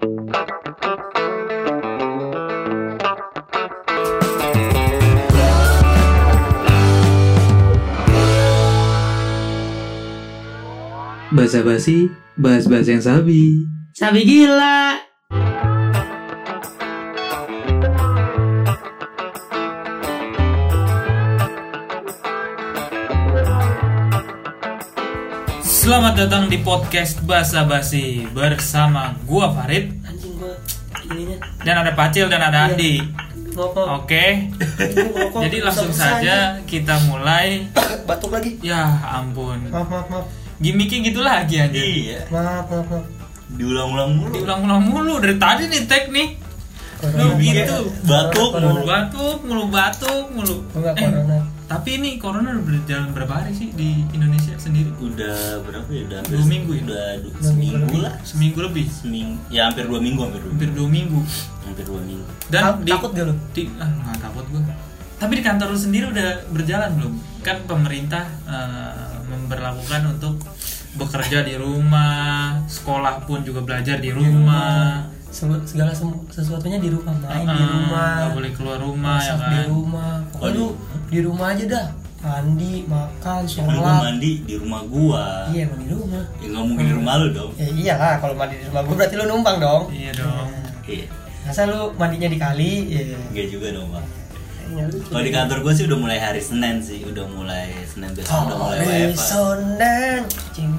Basa-basi, bahas-bahas yang sabi. Sabi gila. Selamat datang di podcast Basa-basi bersama gua Farid. Anjing gua ininya. Dan ada Pacil dan ada Andi. Ngokok. Oke. Jadi langsung saja kita mulai. Batuk lagi. Ya ampun. Maaf. Gimiknya gitu lagi aja. Iya. Maaf. Diulang-ulang mulu. Dari tadi nih tag nih. Lu gitu. Batuk mulu. Enggak corona. Tapi ini corona udah berjalan berapa hari sih di Indonesia sendiri? Udah berapa ya? Udah 2 minggu ya? Udah seminggu lah. Seminggu lebih. Ya hampir 2 minggu. Hampir 2 minggu. Hampir 2 minggu. Dan takut gak lu? Nggak takut gue. Tapi di kantor lu sendiri udah berjalan belum? Kan pemerintah memberlakukan untuk bekerja di rumah, sekolah pun juga belajar di rumah. Segala sesuatunya di rumah, main di rumah. Nggak boleh keluar rumah ya kan? Di rumah. Pokoknya lu di rumah aja dah. Mandi, makan, Kalau gua sholat. mandi di rumah gua. Iya, mandi di rumah. Ya nggak mungkin di rumah lu dong. Ya iyalah, kalau mandi di rumah gua berarti lu numpang dong. Iya dong. Iya. Masa lu mandinya di kali? Iya. Enggak juga dong, Pak. Ya, lucu. Kalau di kantor gua sih udah mulai hari Senin sih. Udah mulai Senin besok udah mulai WFH. Senin, cing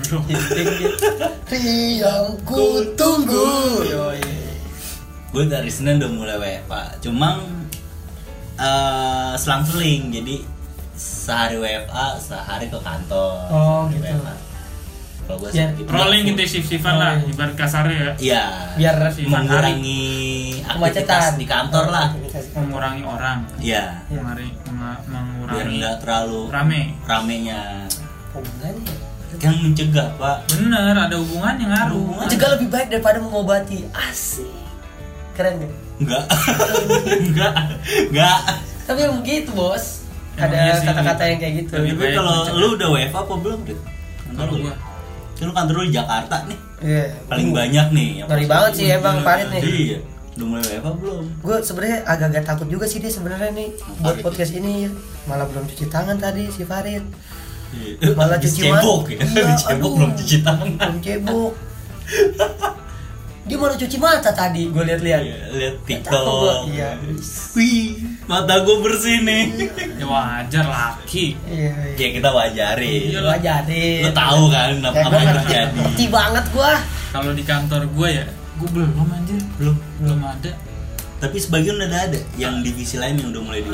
yang ku tunggu. Gue dari Senin udah mulai WFH. Cuma selang-seling. Jadi sehari WFH, sehari ke kantor. Oh, gitu. WFH. Kalau gue Ya, sih gitu. Rolling gitu shift-shiftan lah, ibarat kasarnya ya. Iya. Biar mengurangi aktivitas kemacetan di kantor lah. Mengurangi orang. Iya. Ya. Biar Mengurangi nggak terlalu ramenya. Hubungannya Yang mencegah, Pak. Bener, ada hubungannya ngaruh. mencegah lebih baik daripada mengobati. Asik. Keren gak? Enggak. Enggak. Tapi emang begitu, Bos. Emang Ada iya sih, kata-kata yang kayak gitu. lebih Tapi baik kalau mencegah. lu udah WFH apa belum, Rit? Kalau gua Kan lu kantor lu di Jakarta nih. Iya. Paling banyak nih. yang Ngeri pasti. banget sih emang Farid nih. Iya. Udah mulai WFH belum? Gue sebenarnya agak-agak takut juga sih dia sebenarnya nih buat podcast ini. Malah belum cuci tangan tadi si Farid. Malah Habis cuci cebok ya. Iya, Habis cebok aduh. belum cuci tangan. Belum cebok. Dia malah cuci mata tadi, gue lihat-lihat. Iya, lihat Takut TikTok. gua, iya. Wih, mata gue bersih nih. ya wajar laki. Iya. Ya kita wajarin. Iya. Lu ajarin. Lu tahu kan apa Ya, gua yang ngerti. terjadi. Ngerti banget gua. Kalau di kantor gua ya, gua belum anjir. Belum ada. Tapi sebagian udah ada yang divisi lain yang udah mulai di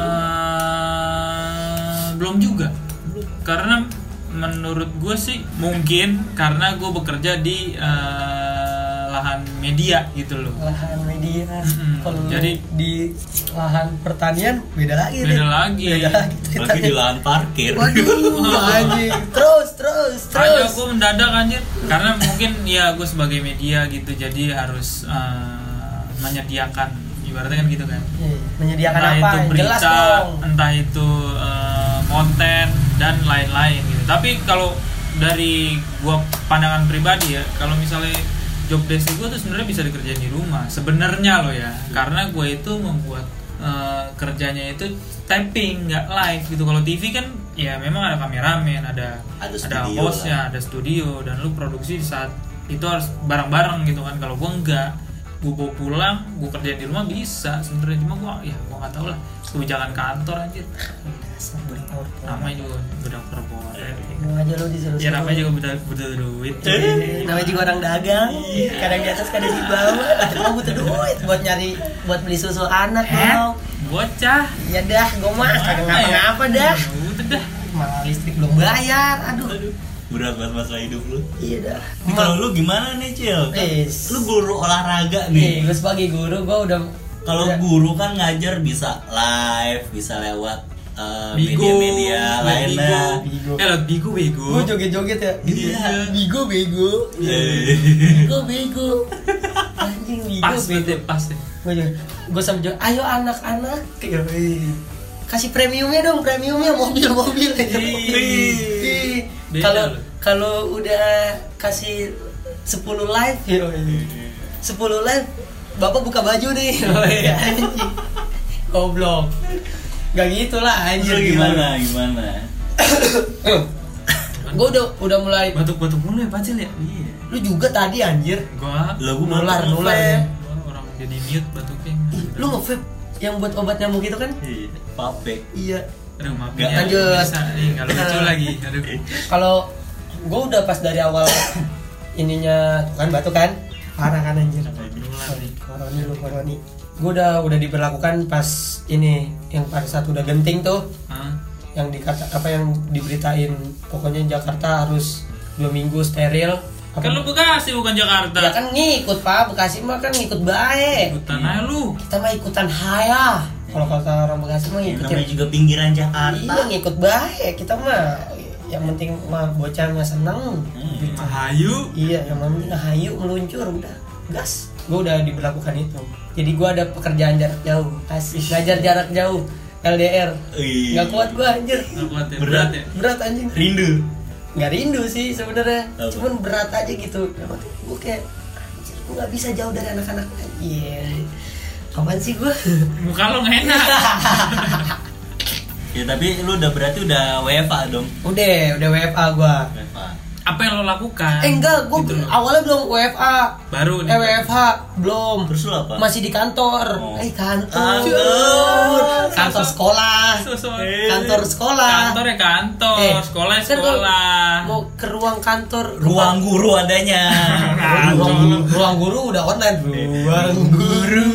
Belum juga. Karena menurut gue sih mungkin karena gue bekerja di lahan media gitu loh. Lahan media. Kalau Jadi di lahan pertanian beda lagi. beda nih. lagi. Beda lagi. Lagi di lahan parkir. Waduh, anjing. Terus. Aja gue mendadak anjir. Karena mungkin ya gue sebagai media gitu jadi harus menyediakan ibaratnya kan gitu kan. Menyediakan Entah apa? itu berita, Jelas dong. entah itu konten dan lain-lain gitu. Tapi kalau dari gua pandangan pribadi ya, kalau misalnya job desk gua tuh sebenarnya bisa dikerjain di rumah. Sebenarnya loh ya, karena gua itu membuat kerjanya itu typing, nggak live gitu. Kalau TV kan ya memang ada kameramen, ada studio hostnya, ada studio dan lu produksi di saat itu harus bareng-bareng gitu kan. Kalau gua enggak, gue bawa pulang, gue kerjain di rumah bisa sebenarnya, cuma gue nggak tahu lah kebijakan kantor anjir. Namanya juga budak korporat. Mau aja lo disuruh. Ya namanya juga butuh duit. Namanya juga orang dagang. Kadang di atas, kadang di bawah. Lo butuh duit buat beli susu anak lo. Bocah. Ya dah, gue mah kagak ngapa-ngapa dah. Udah dah. Malah listrik belum bayar. Aduh. Berat banget masalah hidup lu. Iya dah. Ini kalau lu gimana nih, Cil? Kan lu guru olahraga Nih, nih. gue sebagai guru gue udah. Kalau guru kan ngajar bisa live, bisa lewat Bigo, media-media lainnya. Bigo. Lo Bigo bego. Gue joget-joget ya. Iya. Bigo bego. Eh. Bego. Anjing Bigo. Pas gitu, pas deh. Gue sama joget. Ayo anak-anak. Kasih premiumnya dong, mobil aja. Beda Kalau udah kasih 10 live ya. 10 live bapak buka baju nih. Oh iya anjing. Goblok. Gak gitu lah anjir. Gimana? Gue udah mulai batuk-batuk mulu ya Pacil ya. Iya. lu juga tadi anjir. Gua nular ya. gua orang jadi mute batuknya. Lu nge-vape yang buat obat nyamuk gitu kan? Iya, vape. Iya. Aduh maaf Nggak, ya. lanjut. Bisa nih enggak lucu lagi. Aduh. Kalau gue udah pas dari awal ininya tuh kan batuk kan parah kan anjir. Koroni. Gue udah diberlakukan pas ini yang pada saat udah genting tuh. Hah? Yang dikata apa yang diberitain pokoknya Jakarta harus 2 minggu steril. Kan lu Bekasi bukan Jakarta. Ya kan ngikut Pak, Bekasi mah kan ngikut baik. Ikutan aja lu. Kita mah ikutan haya. Kalau kata orang Bekasi mah ngikutin. Namanya juga pinggiran Jakarta. Iya ngikut baik. Kita mah yang penting mah bocahnya seneng. Gitu. Mahayu. Iya, yang penting hayu meluncur udah gas. Gue udah diberlakukan itu. Jadi gue ada pekerjaan jarak jauh. Asik ngajar jarak jauh. LDR. Nggak kuat gue anjir. Nggak kuat ya. Berat. ya. Berat anjing. Rindu. Nggak rindu sih sebenarnya. Apa? Cuman berat aja gitu. Gue kayak anjir, gue nggak bisa jauh dari anak-anak. Iya. Kapan sih gue? Muka lu nggak enak. Ya tapi lu berarti udah WFA dong. Udah WFA gue. WFA. Apa yang lo lakukan? Enggak, gue Gitu loh. awalnya belum WFA. Baru nih. WFH belum. Terus lu apa? Masih di kantor. Oh. Kantor. Kantor. Kantor sekolah. Kantor sekolah. Kantor ya kantor, sekolah ya kan kalau sekolah. Mau ke ruang kantor. Ruang guru adanya. Ruang guru udah online. Ruang guru.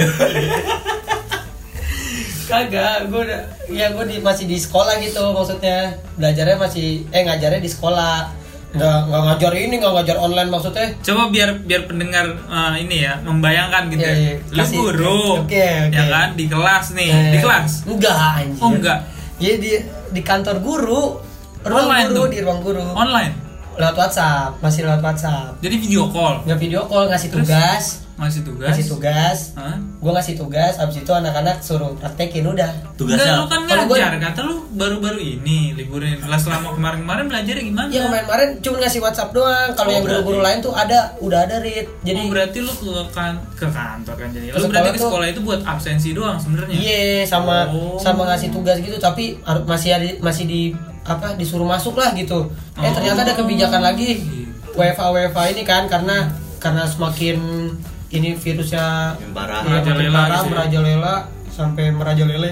Kagak, gue masih di sekolah gitu maksudnya. Belajarnya masih ngajarnya di sekolah. Nggak ngajar ini, nggak ngajar online maksudnya. Coba biar pendengar ini ya membayangkan gitu. Iya, iya. Lu Kasih- guru, oke. ya kan di kelas nih, di kelas. Enggak anjir. Oh enggak, Iya di kantor guru. Ruang Online guru tuh? di ruang guru. online. Lewat WhatsApp, masih lewat WhatsApp. Jadi video call, Nggak video call, ngasih Terus? tugas. masih tugas. Ngasih tugas. Hah? Gue ngasih tugas, abis itu anak-anak suruh praktekin udah. Enggak, Tugasnya lu kan Kalau gua- ngajar, kata lu baru-baru ini liburan. Lah selama kemarin-kemarin belajarnya gimana? Ya kemarin cuma ngasih WhatsApp doang. Kalau Oh, yang berarti. guru-guru lain tuh udah ada Rit. Jadi Oh, berarti lu ke kantor kan jadi. Ke Lu berarti sekolah ke tuh- sekolah itu buat absensi doang sebenarnya. iya sama Oh. ngasih tugas gitu, tapi masih disuruh masuk lah gitu. Ternyata ada kebijakan lagi. WFA ini kan karena semakin ini virusnya Yang parah. iya, makin Merajalela parah, gitu ya. merajalela sampai merajalele.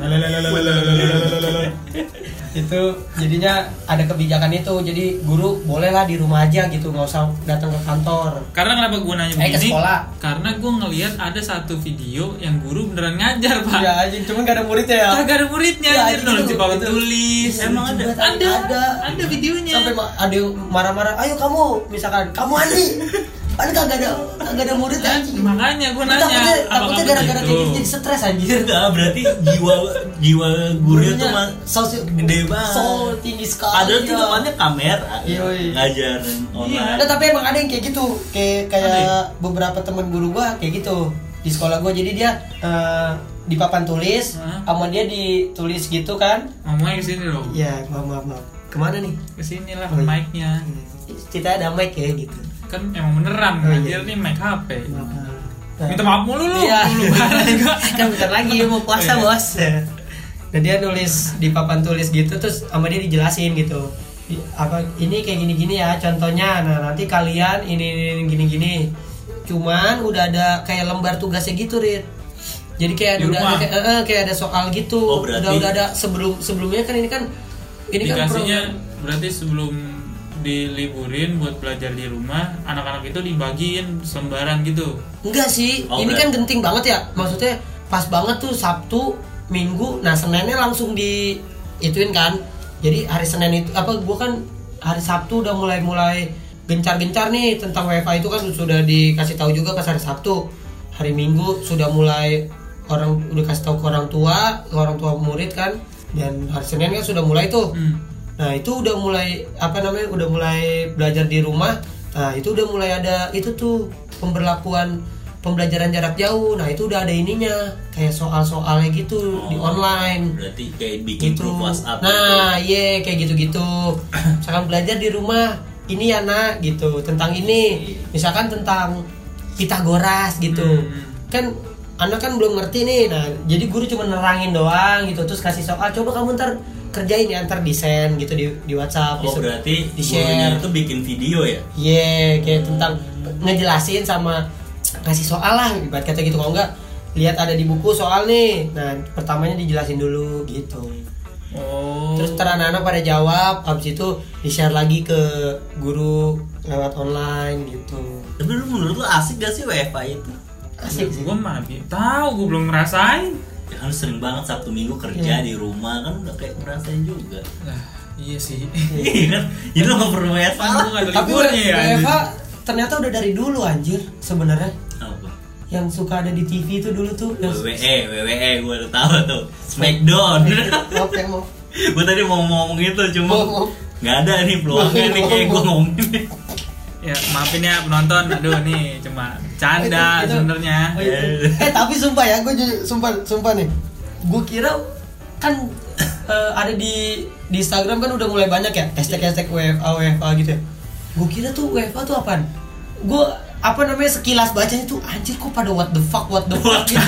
Itu jadinya ada kebijakan itu. Jadi guru bolehlah di rumah aja gitu, nggak usah datang ke kantor. Karena kenapa gue nanya Ke begini? sekolah. Karena gue ngelihat ada satu video yang guru beneran ngajar pak. Ya anjing, cuman gak ada muridnya ya. Kagak ada muridnya Ya, anjir, itu- nulis di papan itu- tulis. itu Emang lucu ada? banget, Ada videonya. Sampai ada yang marah-marah, ayo kamu misalkan kamu Andi, kan kagak ada murid anjing. Makanya gue nanya. Takutnya gara-gara kayak gitu jadi stres anjir. enggak, berarti jiwa gurunya tuh mah gede banget. So tinggi sekali. Ada tuh ya. depannya kamera Yoi. ngajar online. Nah, tapi emang ada yang kayak gitu, Ada kayak ya? beberapa temen guru gua kayak gitu di sekolah gua. Jadi dia di papan tulis, Hah? sama dia ditulis gitu kan. Ngomongnya kesini dong. Iya, maaf. Kemana nih? Kesini lah Oh, iya. mic-nya. Kita ada mic ya gitu. Kan emang beneran Oh, iya. anjir nih mic HP. Nah, Minta maaf mulu lu. Iya. Dulu banget gua. Kan bentar lagi mau puasa, Oh, iya. Bos. Dan dia nulis di papan tulis gitu, terus sama dia dijelasin gitu. Ini kayak gini-gini ya contohnya. Nah, nanti kalian ini gini-gini. Cuman udah ada kayak lembar tugasnya gitu, Rit. Jadi kayak Di udah rumah? ada kayak ada soal gitu. Oh, berarti- udah ada sebelumnya kan ini kan Dikasihnya berarti sebelum diliburin buat belajar di rumah, anak-anak itu dibagiin selembaran gitu. enggak sih. Oh, Ini berarti- kan genting banget ya. Maksudnya pas banget tuh Sabtu, Minggu, nah Seninnya langsung di ituin kan. Jadi hari Senin itu gua kan hari Sabtu udah mulai gencar-gencar nih tentang WiFi itu kan sudah dikasih tahu juga pas hari Sabtu. Hari Minggu sudah mulai udah kasih tahu ke orang tua murid kan. Dan hari Senin kan sudah mulai tuh. Nah, itu udah mulai udah mulai belajar di rumah. Nah, itu udah mulai ada itu tuh pembelajaran jarak jauh. Nah, itu udah ada ininya, kayak soal-soalnya gitu di online. Berarti kayak bikin Gitu. grup WhatsApp. Nah, iya kayak gitu-gitu. Misalkan belajar di rumah ini ya, Nak, gitu, tentang ini. Misalkan tentang Pitagoras gitu. Kan anak kan belum ngerti nih. Nah, jadi guru cuma nerangin doang gitu, terus kasih soal, coba kamu ntar kerjain ya, ntar desain gitu di WhatsApp. Oh, berarti di share itu bikin video ya? Iya, kayak tentang ngejelasin sama kasih soal lah, ibarat kata gitu. Kalau enggak, lihat ada di buku soal nih. Nah, pertamanya dijelasin dulu gitu. Oh. Terus ntar anak-anak pada jawab, habis itu di-share lagi ke guru lewat online gitu. Tapi lu menurut lu asik gak sih WFA itu? Asik sih. Gue mah tahu, gue belum ngerasain. Ya kan sering banget Sabtu Minggu kerja di rumah kan udah kayak ngerasain juga. Iya sih. Iya kan? Jadi lu gak perlu WFA. Gue gak ada Tapi liburnya ya. WFA ternyata udah dari dulu anjir sebenarnya. Apa? Yang suka ada di TV itu dulu tuh. WWE gue udah tahu tuh. Smackdown. Maaf ya, mau. Gue tadi mau ngomong itu cuma Mau. nggak ada nih peluangnya nih kayak gue ngomongin. Ya maafin ya penonton, aduh nih cuma canda Itu. sebenarnya. Oh, itu. Tapi sumpah ya, gue sumpah nih. Gue kira kan ada di Instagram kan udah mulai banyak ya hashtag WFA gitu ya. Gue kira tuh WFA tuh apaan? Gue sekilas bacanya tuh anjir kok pada what the fuck gitu.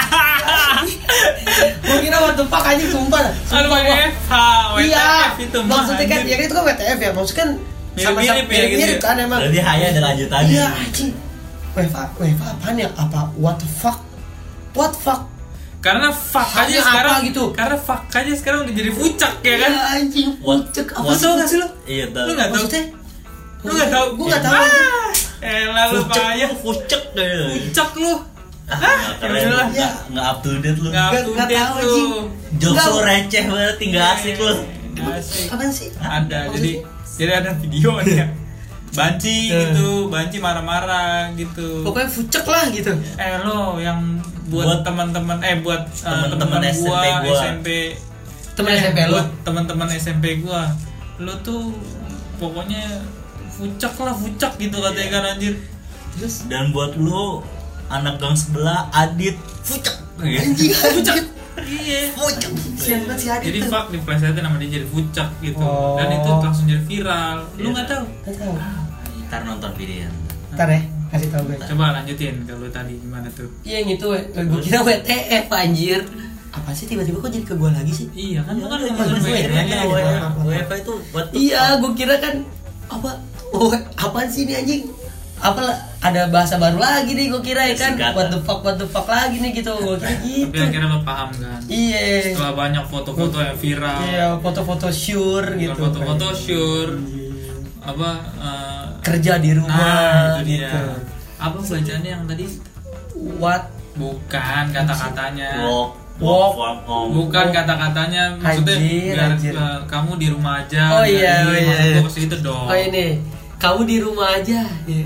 Gue kira what the fuck anjir sumpah. WFH Iya, itu mah. maksudnya kan ya itu kan WTF ya, maksudnya kan Mirip-mirip ya gitu mirip ya. kan emang. Berarti hanya ada lanjutannya. Iya anjing. WFA apaan ya? Apa what the fuck? What fuck? Karena fuck aja Hanya sekarang apa gitu? Karena fuck aja sekarang udah jadi fucak ya kan. Ya anjing, pucek apa What- sih? Tahu gak sih lu? Iya tahu. Lu nggak tahu? Maksudnya? Lu nggak tahu? Gue nggak tahu. Elah lu payah. Fucek deh. Pucak lu. Nggak keren. Ya udah. Nggak up to date lu. Nggak Nggak update tahu, lu. anjing. Jokes Nggak. lu receh banget, tinggal asik lu. Asik. Apaan sih? Ada Maksudnya? jadi ada videonya. Banci gitu, Banci marah-marah gitu. Pokoknya pucek lah gitu. Lo yang buat teman-teman buat teman-teman teman-teman SMP gua gua. SMP Temen SMP lu? buat teman-teman SMP gua. Lo tuh pokoknya fucek gitu katanya kan anjir. Terus Dan buat lu anak gang sebelah Adit fucek. anjing pucek. Iya. Pucek. Kesian banget si Adit Jadi tuh. fuck diplesetin nama dia jadi fucek gitu. Oh. Dan itu langsung jadi viral. Lu nggak tahu? Nggak tahu. Ntar nonton video. Ntar ya, kasih tau gue. Coba lanjutin kalau tadi gimana tuh? Iya yang itu, gue kira WTF anjir. Apa sih tiba-tiba kok jadi ke gue lagi sih? Iya kan lu kan Iya, ngomongin iya, WFH. iya, iya. WFA itu what the Iya, fuck? gue kira kan apa? Oh, apaan sih ini anjing? Apa ada bahasa baru lagi nih gue kira ya kan? Singkatan. What the fuck lagi nih gitu. Gue kira gitu. Tapi akhirnya lo paham kan? Iya. Setelah banyak foto-foto yang viral. Iya, foto-foto sure Bukan gitu. foto-foto sure apa Kerja di rumah itu dia. gitu. Apa bacaannya yang tadi? What? Bukan kata-katanya. Walk from home. Bukan kata-katanya, maksudnya Anjir. biar kamu di rumah aja. Oh iya, biar iya. maksud gua ke situ dong. Oh ini, kamu di rumah aja.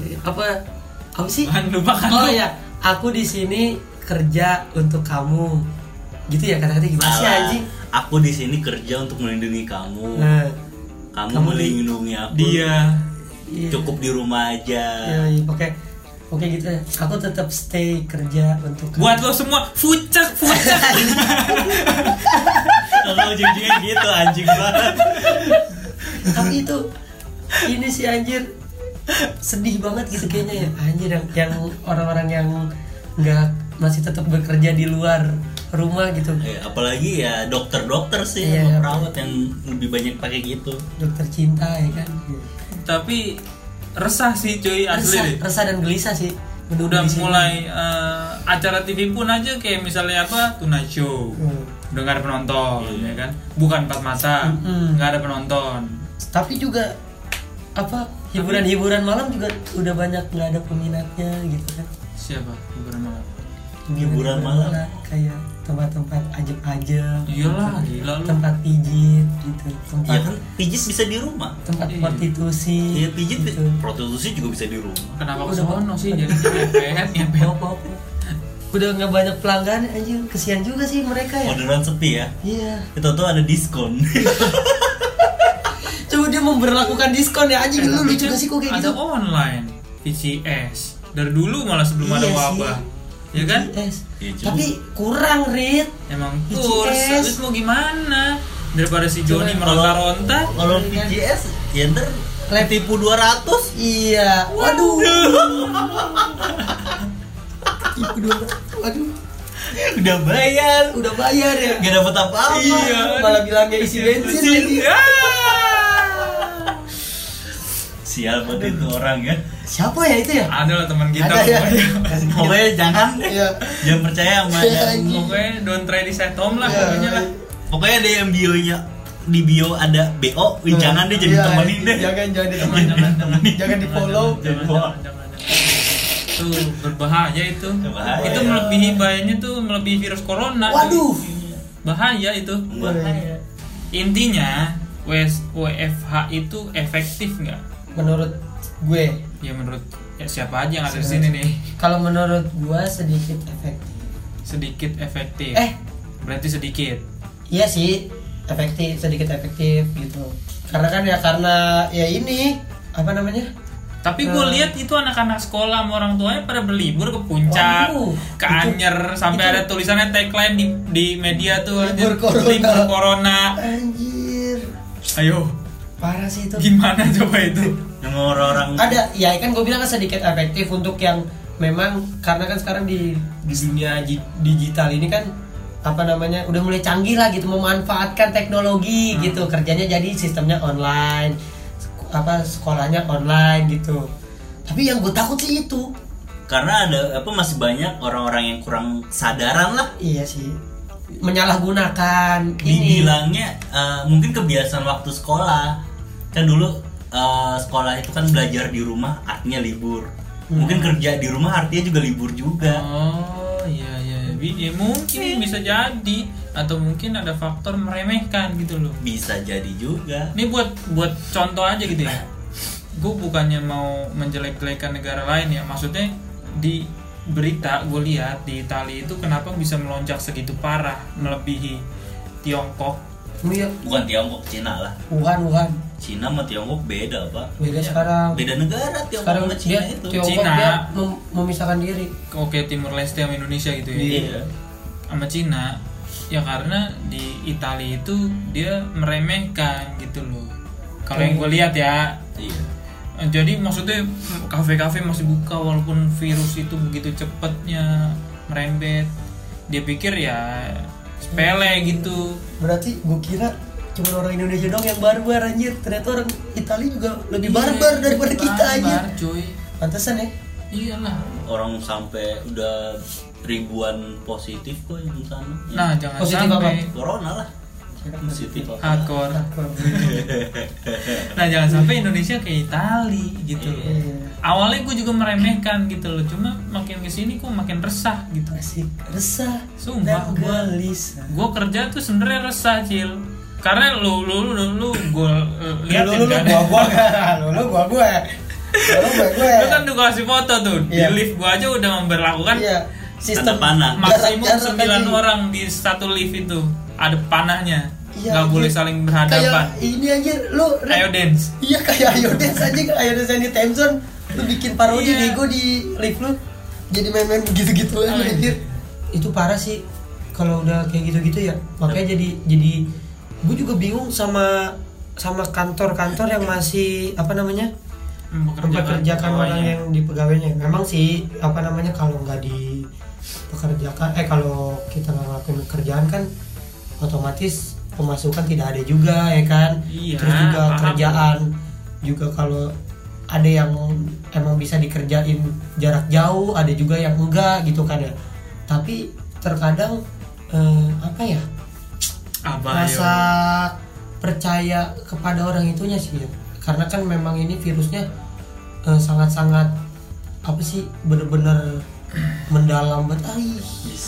Apa sih? Lupa kan Oh lu. ya, aku di sini kerja untuk kamu. Gitu ya kata-kata gimana sih Salah. anjing? Aku di sini kerja untuk melindungi kamu. Nah, Kamu kamu melindungi aku. Dia iya. Cukup di rumah aja. Iya, Oke gitu ya. Aku tetap stay kerja untuk kamu. buat lo semua fucek. Kalau ujung-ujungnya gitu anjing banget. Tapi itu ini sih anjir sedih banget gitu kayaknya ya anjir yang orang-orang yang nggak masih tetap bekerja di luar rumah gitu. Apalagi ya dokter-dokter sih Iya, sama perawat yang lebih banyak pakai gitu. Dokter cinta ya kan. Tapi resah sih cuy asli deh. Resah dan gelisah sih. Udah Di sini. mulai acara TV pun aja kayak misalnya apa Tonight Show. Udah nggak ada penonton, ya kan? Bukan empat mata, nggak ada penonton. Tapi juga apa hiburan malam juga udah banyak nggak ada peminatnya gitu kan. Siapa hiburan malam? Hiburan malam. Kayak tempat-tempat ajeb-ajeb. Iyalah, gitu. gila lu. Tempat pijit gitu. Tempat Iya kan pijit bisa di rumah. tempat Iya. prostitusi. Iya pijit gitu. prostitusi juga bisa di rumah. Kenapa ke Udah, sono sih jadi ngepet. Udah nggak banyak pelanggan anjing, kesian juga sih mereka ya. Orderan sepi ya. Iya. Itu tuh ada diskon. Coba dia memberlakukan diskon ya anjing, lu lucu gak sih kok kayak ada gitu? online VCS dari dulu malah sebelum ada Iya sih. wabah, ya kan? VCS. Iya, cuma- Tapi kurang Rit. Emang VCS. kurs, terus mau gimana? Daripada si Joni Coba, meronta-ronta, Kalau VGS ya ntar tipu 200. Iya. Waduh. Waduh, Udah bayar, udah bayar ya. gak dapet apa-apa. Iya. Malah bilangnya isi bensin lagi. Ya. Sial buat itu orang ya. Siapa ya itu ya? Ada lah teman kita Ada ya? pokoknya. Pokoknya jangan Iya. jangan percaya sama Iya, yang anjing. Pokoknya don't try this at home lah Iya, pokoknya lah. pokoknya ada yang bionya di bio ada BO, jangan deh jadi Iya, temenin deh. Jangan Jangan, Jangan di follow. jangan. Itu berbahaya itu. Berbahaya. Itu melebihi bahayanya tuh melebihi virus corona. Waduh. Bahaya itu. Bahaya. Intinya WFH itu efektif nggak? Menurut gue, Ya menurut siapa aja yang ada di sini nih. kalau menurut gue sedikit efektif. Sedikit efektif. Berarti sedikit. Iya sih, efektif, sedikit efektif gitu. Karena ini apa namanya? Tapi gue lihat itu anak-anak sekolah sama orang tuanya pada berlibur ke puncak, Waduh, ke Anyer, sampai itu- ada tulisannya tagline di media tuh Libur anjir, corona. libur corona. Anjir, Ayo, parah sih itu. gimana coba itu? Yang orang-orang Ada, ya kan gue bilang kan sedikit efektif untuk yang memang karena kan sekarang di dunia digital ini kan apa namanya udah mulai canggih lah gitu, memanfaatkan teknologi gitu, kerjanya jadi sistemnya online, sekolahnya online gitu. Tapi yang gue takut sih itu. karena ada masih banyak orang-orang yang kurang sadaran lah. Iya sih, menyalahgunakan ini. Dibilangnya mungkin kebiasaan waktu sekolah. Kan dulu sekolah itu kan belajar di rumah artinya libur. Mungkin kerja di rumah artinya juga libur juga. Oh iya ya, mungkin bisa jadi, atau mungkin ada faktor meremehkan gitu loh. Bisa jadi juga. Ini buat contoh aja gitu ya. Gue bukannya mau menjelek-jelekan negara lain ya, maksudnya di berita gue lihat di Italia itu kenapa bisa melonjak segitu parah, melebihi Tiongkok. Iya, Bukan Tiongkok, Cina lah. Wuhan. Cina sama Tiongkok beda, Pak. Beda sekarang. Beda negara Tiongkok Sekarang sama Cina dia itu. Tiongkok Cina. dia memisahkan diri. Oke, Timur Leste sama Indonesia gitu ya. Iya. Sama Cina ya, karena di Italia itu dia meremehkan gitu loh. Kalau yang gue lihat ya. Iya. Jadi maksudnya kafe-kafe masih buka walaupun virus itu begitu cepatnya merembet. Dia pikir ya sepele gitu. Berarti gue kira cuma orang Indonesia dong yang barbar anjir. Ternyata orang Italia juga lebih Iya, barbar daripada kita aja. barbar, cuy. Pantesan ya. Iyalah. Orang sampai udah ribuan positif kok yang sana. Nah, jangan Positif sampai Corona lah. Positif apa? hardcore. Nah, jangan sampai Indonesia kayak Itali gitu loh. Iya. Awalnya gue juga meremehkan gitu loh, cuma makin kesini kok makin resah gitu. Asik, resah. Sumpah, dan gelisah. Gue kerja tuh sebenarnya resah, Cil. Karena lu gue liatin Lu kan. gue. Lu kan udah kasih foto tuh. Iya. Di lift gue aja udah memberlakukan Iya. Sistem Tanda panah. maksimum jarak 9 orang di satu lift itu. Ada panahnya. Iya, Nggak boleh anjir. saling berhadapan. Kayak ini anjir lu. Ayo dance. Iya kayak Ayo Dance aja, Ayo Dance yang di Temzon. Lu bikin parodi Iya. bego di live lu. Jadi main-main begitu-gitu aja anjir. Itu parah sih kalau udah kayak gitu-gitu ya. Makanya jadi gue juga bingung sama kantor-kantor yang masih apa namanya? Mempekerjakan orang yang di pegawainya. Memang sih apa namanya kalau nggak dipekerjakan kalau kita nggak ngelakuin kerjaan kan otomatis pemasukan tidak ada juga ya kan. Iya, Terus juga paham. kerjaan juga kalau ada yang emang bisa dikerjain jarak jauh, ada juga yang enggak gitu kan ya. Tapi terkadang apa ya? Rasa percaya kepada orang itunya sih ya. Karena kan memang ini virusnya sangat-sangat apa sih bener-bener mendalam banget.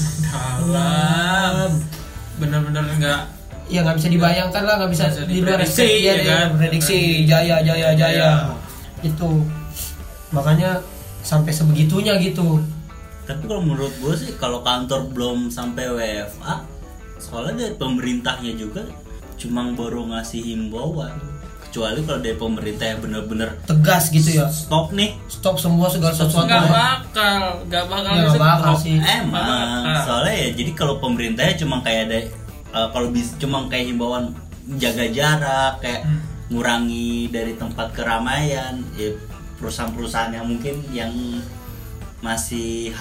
dalam. Bener-bener enggak. Ya nggak bisa dibayangkan lah, nggak bisa Nggak bisa di luar diprediksi, ekspektasi ya kan? prediksi jaya itu makanya sampai sebegitunya gitu. Tapi kalau menurut gue sih kalau kantor belum sampai WFA, soalnya dari pemerintahnya juga cuma baru ngasih himbauan. Kecuali kalau dari pemerintah yang bener-bener Tegas gitu ya, stop nih. stop semua segala sesuatu. Nggak ya. bakal Ya, bisa nggak bakal stop. sih. Emang Bakal. soalnya ya jadi kalau pemerintahnya cuma kayak ada kalau bisa cuma kayak himbauan jaga jarak, kayak ngurangi dari tempat keramaian, ya perusahaan-perusahaan yang mungkin yang masih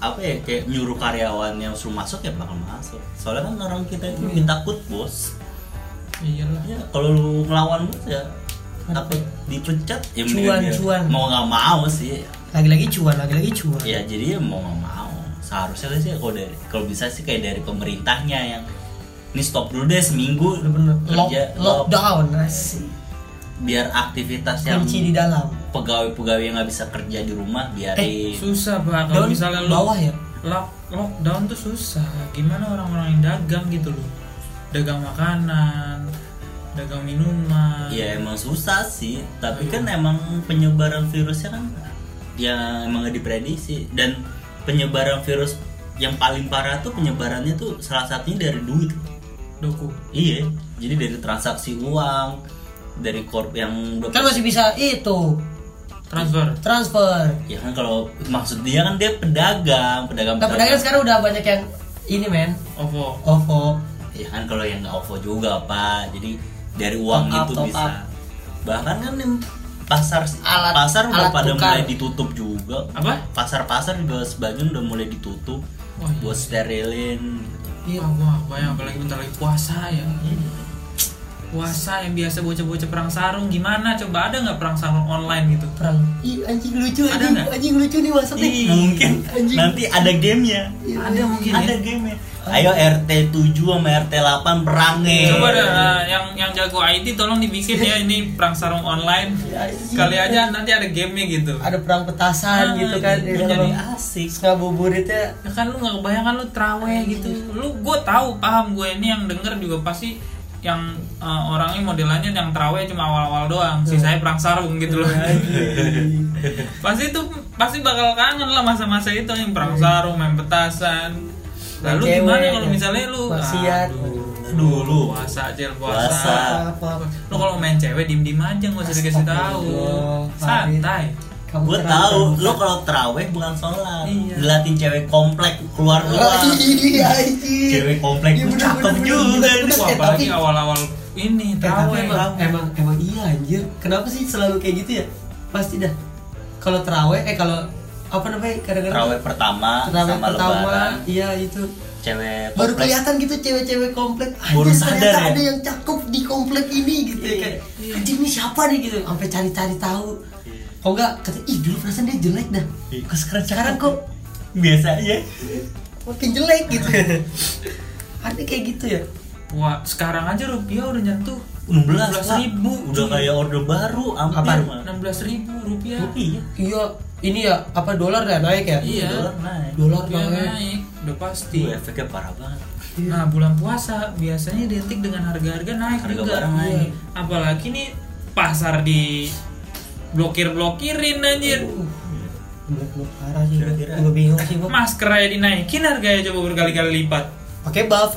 apa ya kayak nyuruh karyawan yang suruh masuk ya bakal masuk. Soalnya kan orang kita itu bikin takut bos. Iyalah. Ya kalau lu ngelawan bos ya apa dipecat ya mendingan Cuan. mau nggak mau sih. Lagi-lagi cuan. Ya jadi ya mau nggak mau. Seharusnya sih kalau bisa sih kayak dari pemerintahnya yang ini stop dulu deh seminggu Bener-bener kerja lockdown asik. Biar aktivitas yang Kunci di dalam. pegawai-pegawai yang nggak bisa kerja di rumah biarin. Susah Pak kalau Down misalnya lu bawah ya. lockdown tuh susah. Gimana orang-orang yang dagang gitu loh. Dagang makanan, dagang minuman. Ya emang susah sih, tapi kan emang penyebaran virusnya kan ya emang nggak diprediksi. Dan penyebaran virus yang paling parah tuh penyebarannya tuh salah satunya dari duit. Doku. Iya, jadi dari transaksi uang, dari korp yang Kan masih bisa itu transfer. ya kan kalau maksud dia kan dia pedagang. Nah, pedagang sekarang udah banyak yang ini men, OVO. Ya kan kalau yang nggak OVO juga Pak, jadi dari uang Top up, itu top bisa. up. Bahkan kan yang pasar Alat udah pada tukar. mulai ditutup juga. Apa? Pasar juga sebagian udah mulai ditutup Oh, iya. buat sterilin. Iya. Wah, bayang apalagi bentar lagi puasa ya. Puasa yang biasa bocah-bocah perang sarung gimana? Coba ada nggak perang sarung online gitu? Perang. Ih anjing lucu Ada nggak? anjing lucu nih maksudnya. Mungkin Anjing. nanti ada gamenya. Ada mungkin Ada ya. gamenya. Ayo RT 7 sama RT 8 perang nih. Coba dah yang jago IT tolong dibikin ya ini perang sarung online. Kali aja nanti ada gamenya gitu. Ada perang petasan gitu kan. Itu jadi asik. Ngabuburitnya Ya kan lu nggak kebayang kan lu traweh gitu. Gue tahu paham gue ini yang denger juga pasti yang orangnya modelannya yang traweh cuma awal-awal doang, sisanya perang sarung gitu loh. pasti bakal kangen lah masa-masa itu yang perang sarung, main petasan. Lalu Cewek, gimana kalau ya. misalnya lu Maksiat. Dulu. puasa aja Puasa. apa? Lu kalau main cewek diem-diem aja nggak usah dikasih tahu. Santai. Gue tahu, lo kalau terawih bukan sholat, Iya. dilatih cewek komplek keluar doang. Iya anjing. Cewek komplek Iya, tuh bener, cakep bener, juga. bener, ini. bener. Wah, apalagi awal-awal ini Tapi traweh. emang iya anjir. Kenapa sih selalu kayak gitu ya? Pasti dah. Kalau terawih kalau apa namanya? Kadang-kadang Terawih pertama terawih sama pertama, lebaran, iya itu. cewek Baru komplek. kelihatan gitu cewek-cewek komplek. Baru Anjir, sadar ternyata ya? ada yang cakep di komplek ini gitu ya kan. Anjir ini siapa nih gitu. Sampai cari-cari tahu. Kok enggak kata ih dulu perasaan dia jelek dah. Kok sekarang kok biasa aja. makin jelek gitu. Ada kayak gitu ya. Wah, sekarang aja rupiah udah nyentuh 16.000 16.000. udah kayak orde baru hampir Apaan? mah. 16.000 rupiah. Rupiah. Iya, ini ya apa dolar dah naik ya? Iya. Dolar naik. Dolar Rupiah naik. naik, udah pasti. Itu efeknya parah banget. Nah, bulan puasa biasanya identik dengan harga-harga naik Harga juga. barang naik. Apalagi nih pasar di blokir-blokirin anjir. Blok parah sih. Kira-kira. Gue bingung sih gua. Masker aja dinaikin harganya coba berkali-kali lipat. Pakai buff.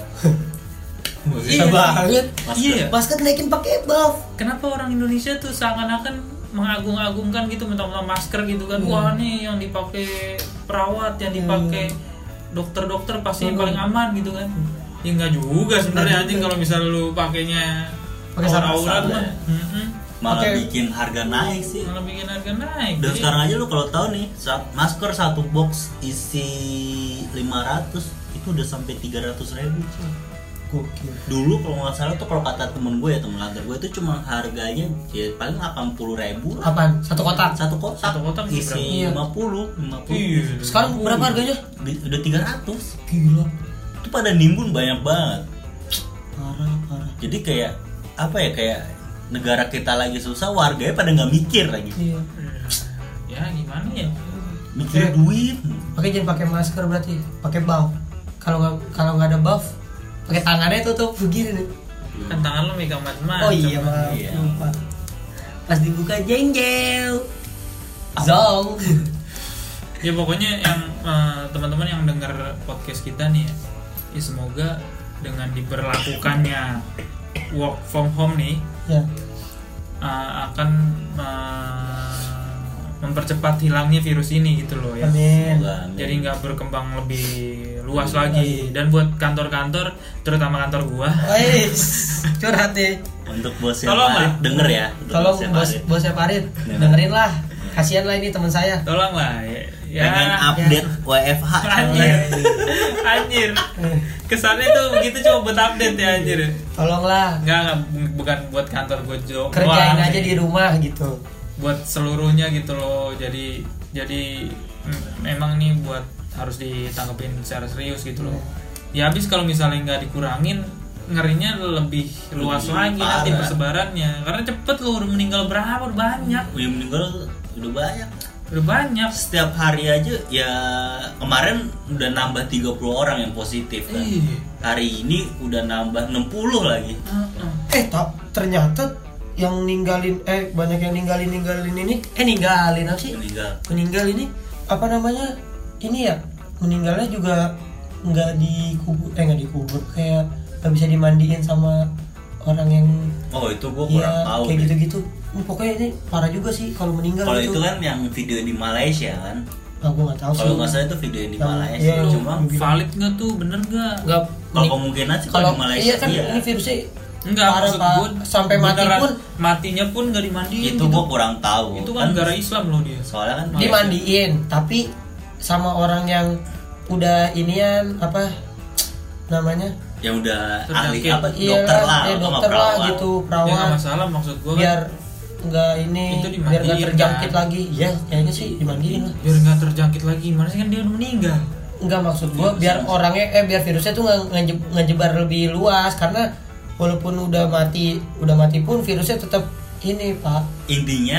Iya. banget. Iya. Masker naikin pakai buff. Kenapa orang Indonesia tuh seakan-akan mengagung-agungkan gitu mentang-mentang masker gitu kan? Wah, nih yang dipakai perawat, yang dipakai dokter-dokter pasti yang paling aman gitu kan. Ya enggak juga sebenarnya anjing kalau misalnya lu pakainya Pakai aurat sarung. mah. Malah Oke. bikin harga naik sih. Malah bikin harga naik. Dan Jadi, sekarang aja lu kalau tahu nih, masker satu box isi 500 itu udah sampai 300.000. Gokil. Dulu kalau nggak salah tuh kalau kata temen gue ya, temen kantor gue itu cuma harganya ya paling 80.000 lah. Apaan? Satu kotak. Satu kotak. Satu kotak isi berapa? 50. Iya. Sekarang berapa harganya? Udah 300. Gila. Itu pada nimbun banyak banget. Parah. Jadi kayak apa ya, kayak negara kita lagi susah, warganya pada nggak mikir lagi. Iya. ya gimana ya? Mikir duit. Pakai jangan pakai masker berarti. Pakai buff. Kalau nggak ada buff, pakai tangannya tutup begini nih. Kan tangan lu megang macam-macam. Oh iya maaf. Iya. Lupa. Pas dibuka jengkel. Zong. Ya pokoknya yang teman-teman yang dengar podcast kita nih ya semoga dengan diberlakukannya work from home nih Ya. akan mempercepat hilangnya virus ini gitu loh ya. Amin. Semoga, amin. Jadi nggak berkembang lebih luas lagi. Dan buat kantor-kantor, terutama kantor gua, Wais, curhat deh. Untuk bos yang Tolong Farid, lah. denger ya. Untuk Tolong bos yang bos Farid. bosnya Farid, dengerin lah. Kasihan lah ini teman saya. tolonglah pengen update WFH. Anjir. Kesannya tuh begitu cuma buat update ya anjir. Tolonglah. Enggak, bukan buat kantor gue Kerjain aja di rumah gitu. Buat seluruhnya gitu loh. Jadi memang nih buat harus ditanggepin secara serius gitu loh. Ya habis kalau misalnya nggak dikurangin, ngerinya lebih luas lagi nanti persebarannya. Karena cepet loh, udah meninggal berapa, udah banyak. Yang meninggal udah banyak. Udah banyak. Setiap hari aja ya, kemarin udah nambah 30 orang yang positif kan. Hari ini udah nambah 60 lagi. Ternyata yang ninggalin banyak yang ninggalin ini ninggalin apa sih? Meninggal ini apa namanya? Ini ya, meninggalnya juga nggak dikubur kayak nggak bisa dimandiin sama orang yang itu gue kurang tahu kayak gitu-gitu. Pokoknya ini parah juga sih kalau meninggal. Kalau itu kan yang video di Malaysia kan. Gue nggak tahu sih. Kalau nggak salah itu video yang di Malaysia. Cuma valid nggak tuh, bener nggak? Kalau kemungkinan sih kalau di Malaysia. Iya kan ini virusnya enggak, maksud gue sampai matinya pun nggak dimandiin. Itu gue kurang tahu. Itu kan negara Islam loh dia. Soalnya kan dimandiin, tapi sama orang yang udah inian apa namanya? Yang udah ahli terjangkit. apa? Dokter lah, dokter lah gitu, perawat. Ya nggak masalah, maksud gue biar nggak ini, biar nggak terjangkit kan lagi. Ya kayaknya sih dimandiin lah. Biar nggak terjangkit lagi, mana sih kan dia udah meninggal. Enggak, maksud gue biar orangnya biar virusnya tuh ngejebar lebih luas, karena walaupun udah mati pun virusnya tetap ini Pak. Intinya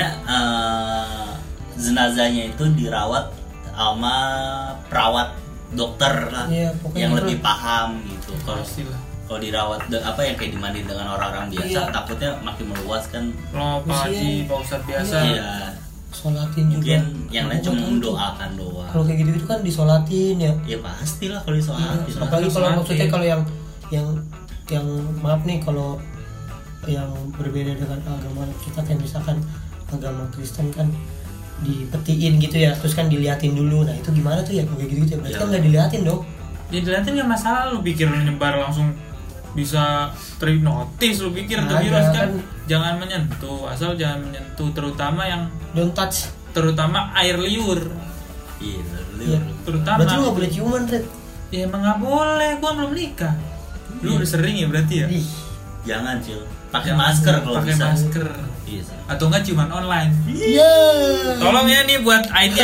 jenazahnya itu dirawat sama perawat dokter lah, yang lebih paham gitu. Kalau dirawat apa yang kayak dimandiin dengan orang-orang biasa, takutnya makin meluas kan. Pak Haji, Pak Ustadz biasa. Iya. Sholatin juga. Mungkin yang lain cuma mendoakan doang. Kalau kayak gitu kan disolatin ya. Ya pastilah kalau disolatin. Apalagi kalau maksudnya kalau yang maaf nih, kalau yang berbeda dengan agama kita, kayak misalkan agama Kristen kan dipetiin gitu ya, terus kan diliatin dulu. Nah itu gimana tuh ya kayak gitu ya? Berarti kan nggak diliatin dong. Ya diliatin nggak masalah, lu pikir nyebar langsung bisa terhipnotis, lu pikir tuh virus kan jangan menyentuh, asal jangan menyentuh, terutama yang don't touch, terutama air liur. Iya, liur. Terutama. Berarti lu nggak boleh ciuman, Red? Ya emang nggak boleh, gua belum nikah. Lu udah sering ya berarti ya? Jangan Cil, pakai masker kalau bisa. Pakai masker. Iya. Atau enggak ciuman online. Iya. Tolong ya nih buat IT.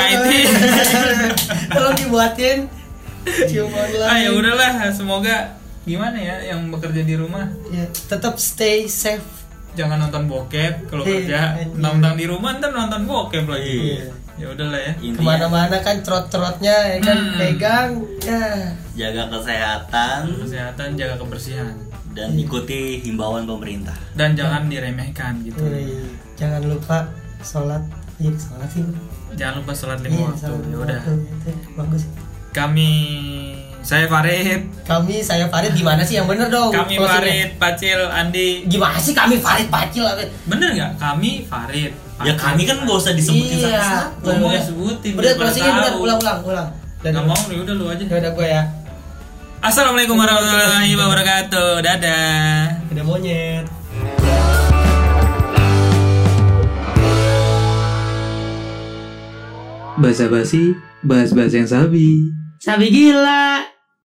Tolong dibuatin ciuman online. Ya udahlah, semoga gimana ya yang bekerja di rumah. Ya, tetap stay safe. Jangan nonton bokep kalau kerja. Nonton di rumah ntar nonton bokep lagi. Ya udahlah ya. Kemana-mana kan trot-trotnya ya kan, pegang ya. Jaga kesehatan, jaga kebersihan, dan ikuti himbauan pemerintah. Dan jangan diremehkan gitu. Jangan lupa sholat. Sholat sih. Jangan lupa sholat 5 waktu. Ya udah. Bagus. Saya Farid. Saya Farid, gimana sih yang bener dong? Kami Farid, Pacil, Andi. Gimana sih kami Farid, Pacil? Bener nggak? Kami Farid. Ya kami kan nggak usah disebutin satu-satu. Gue mau sebutin. Bener, ulang. Gak mau, ya udah lu aja. Ya udah gue ya. Assalamualaikum warahmatullahi wabarakatuh. Dadah. Udah monyet. Basa-basi, bahas-bahas yang sabi. Sabi gila.